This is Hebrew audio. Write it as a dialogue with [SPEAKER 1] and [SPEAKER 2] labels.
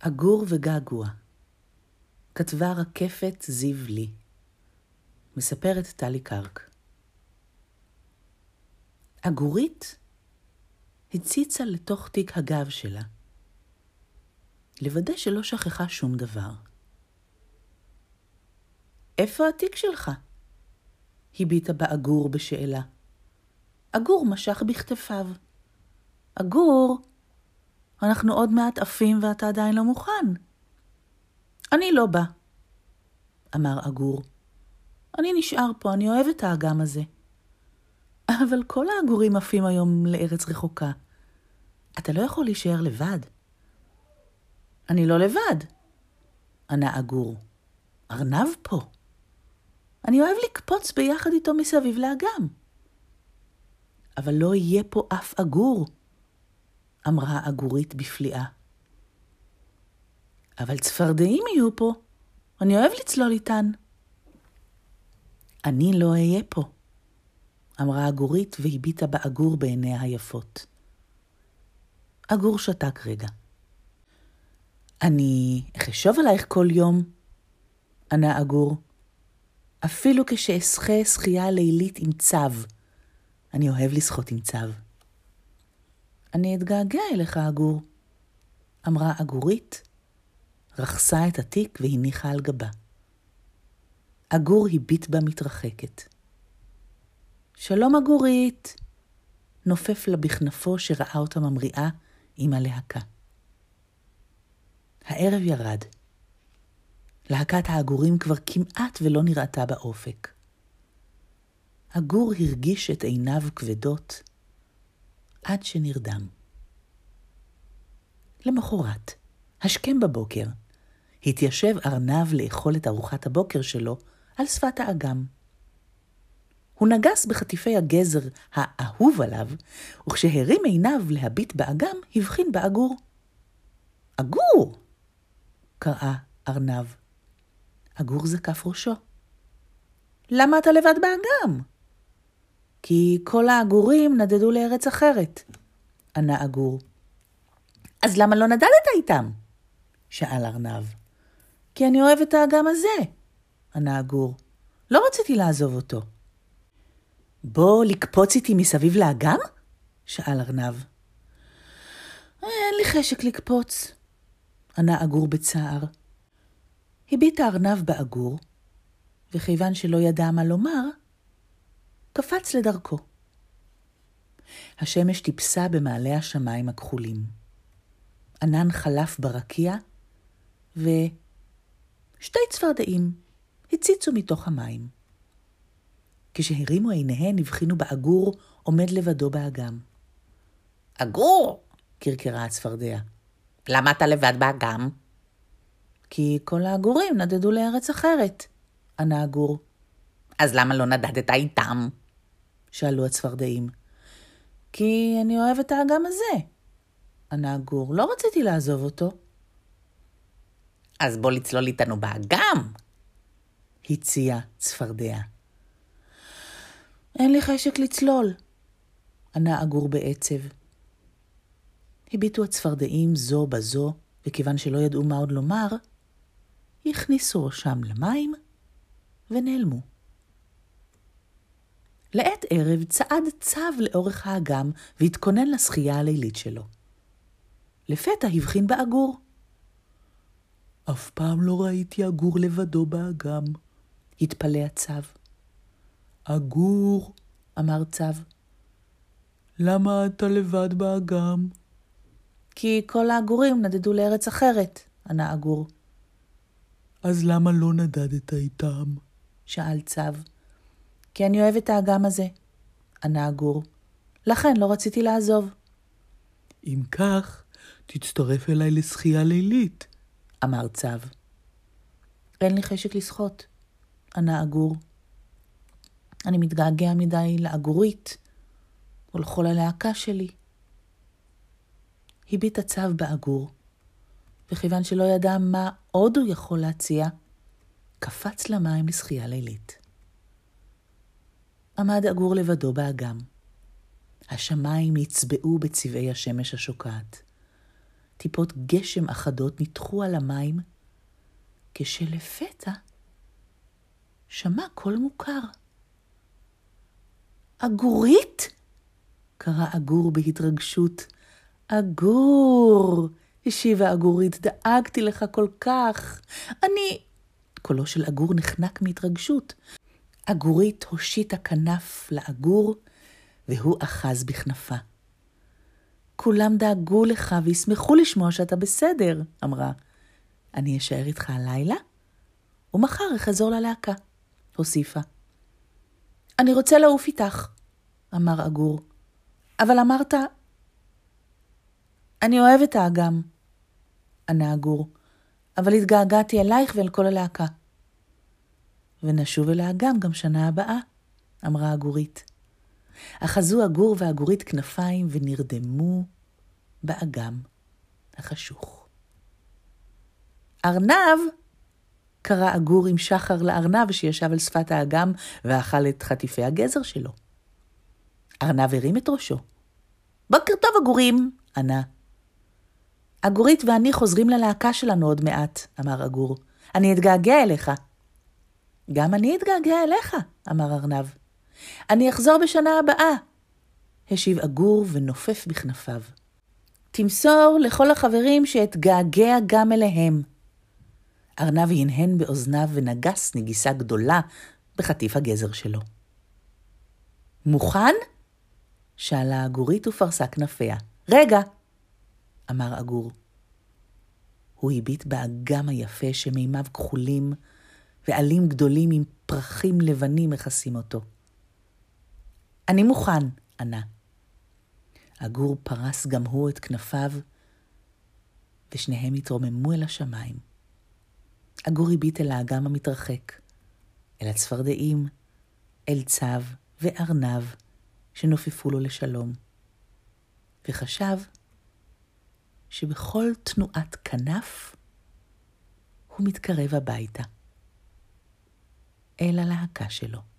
[SPEAKER 1] עגור וגעגוע. כתבה רקפת זיו לי. מספרת טלי קרק. עגורית הציצה לתוך תיק הגב שלה, לוודא שלא שכחה שום דבר. איפה התיק שלך? הביטה בעגור בשאלה. עגור משך בכתפיו. עגור, אנחנו עוד מעט עפים ואתה עדיין לא מוכן. אני לא בא, אמר עגור. אני נשאר פה, אני אוהב את האגם הזה. אבל כל העגורים עפים היום לארץ רחוקה. אתה לא יכול להישאר לבד. אני לא לבד, ענה עגור. ארנב פה. אני אוהב לקפוץ ביחד איתו מסביב לאגם. אבל לא יהיה פה אף עגור, אמרה העגורית בפליאה. אבל צפרדעים יהיו פה. אני אוהב לצלול איתן. אני לא אהיה פה, אמרה העגורית והביטה בעגור בעיניה היפות. עגור שתק רגע. אני אחשוב עלייך כל יום, ענה עגור. אפילו כשאשחה שחייה לילית עם צב. אני אוהב לשחות עם צב. אני אתגעגע אליך, עגור, אמרה עגורית, רחסה את התיק והניחה על גבה. עגור הביט בה מתרחקת. שלום עגורית, נופף לה בכנפו שראה אותה ממריאה עם הלהקה. הערב ירד. להקת העגורים כבר כמעט ולא נראתה באופק. עגור הרגיש את עיניו כבדות עד שנרדם. למחרת, השכם בבוקר, התיישב ארנב לאכול את ארוחת הבוקר שלו על שפת האגם. הוא נגס בחטיפי הגזר האהוב עליו, וכשהרים עיניו להביט באגם, הבחין בעגור. עגור! קרא ארנב. עגור זקף ראשו. למה אתה לבד באגם? כי כל העגורים נדדו לארץ אחרת, ענה עגור. אז למה לא נדדת איתם? שאל ארנב. כי אני אוהב את האגם הזה, ענה עגור. לא רציתי לעזוב אותו. בוא לקפוץ איתי מסביב לאגם? שאל ארנב. אין לי חשק לקפוץ, ענה עגור בצער. הביט הארנב בעגור, וכיוון שלא ידע מה לומר, קפץ לדרכו. השמש טיפסה במעלה השמיים הכחולים. ענן חלף ברקיע, ושתי צפרדעים הציצו מתוך המים. כשהרימו עיניהן הבחינו בעגור עומד לבדו באגם. עגור! קרקרה הצפרדע. למה אתה לבד באגם? כי כל העגורים נדדו לארץ אחרת, ענה עגור. אז למה לא נדדת איתם? שאלו הצפרדעים. כי אני אוהב את האגם הזה, ענה עגור. לא רציתי לעזוב אותו. אז בוא לצלול איתנו באגם, הציע צפרדע. אין לי חשק לצלול, ענה עגור בעצב. הביטו הצפרדעים זו בזו, וכיוון שלא ידעו מה עוד לומר, הכניסו ראשם למים ונעלמו. לעת ערב צעד צב לאורך האגם והתכונן לשחייה הלילית שלו. לפתע הבחין בעגור. אף פעם לא ראיתי עגור לבדו באגם, התפלא הצב. עגור, אמר צב. למה אתה לבד באגם? כי כל העגורים נדדו לארץ אחרת, ענה עגור. אז למה לא נדדת איתם? שאל צב. כי אני אוהב את האגם הזה, ענה עגור. לכן לא רציתי לעזוב. אם כך, תצטרף אליי לשחייה לילית, אמר צב. אין לי חשק לשחות, ענה עגור. אני מתגעגע מדי לעגורית ולכל הלהקה שלי. הביט הצב בעגור, וכיוון שלא ידע מה עוד הוא יכול להציע, קפץ למים לשחייה לילית. עמד עגור לבדו באגם. השמיים הצבעו בצבעי השמש השוקעת. טיפות גשם אחדות ניתחו על המים, כשלפתע שמע קול מוכר. אגורית? קרא אגור בהתרגשות. אגור, השיבה אגורית, דאגתי לך כל כך. קולו של אגור נחנק מהתרגשות. אגורית הושיטה כנף לאגור, והוא אחז בכנפה. כולם דאגו לך וישמחו לשמוע שאתה בסדר, אמרה. אני אשאר איתך הלילה, ומחר אחזור ללהקה, הוסיפה. אני רוצה לעוף איתך, אמר אגור. אבל אמרת, אני אוהב את האגם, ענה אגור, אבל התגעגעתי אלייך ואל כל הלהקה. ונשוב אל האגם גם שנה הבאה, אמרה אגורית. אחזו אגור ואגורית כנפיים ונרדמו באגם החשוך. ארנב, קרא אגור עם שחר לארנב שישב על שפת האגם ואכל את חטיפי הגזר שלו. ארנב הרים את ראשו. בוקר טוב אגורים, ענה. אגורית ואני חוזרים ללהקה שלנו עוד מעט, אמר אגור. אני אתגעגע אליך. גם אני אתגעגע אליך, אמר ארנב. אני אחזור בשנה הבאה, השיב אגור ונופף בכנפיו. תמסור לכל החברים שאתגעגע גם אליהם. ארנב ינהן באוזניו ונגס נגיסה גדולה בחטיף הגזר שלו. מוכן? שאלה אגורית ופרסה כנפיה. רגע, אמר אגור. הוא הביט באגם היפה שמימיו כחולים ועלים גדולים עם פרחים לבנים מכסים אותו. אני מוכן, ענה. אגור פרס גם הוא את כנפיו, ושניהם התרוממו אל השמיים. אגור הביט אל האגם המתרחק, אל הצפרדעים, אל צב וארנב שנופפו לו לשלום, וחשב שבכל תנועת כנף הוא מתקרב הביתה, אל הלהקה שלו.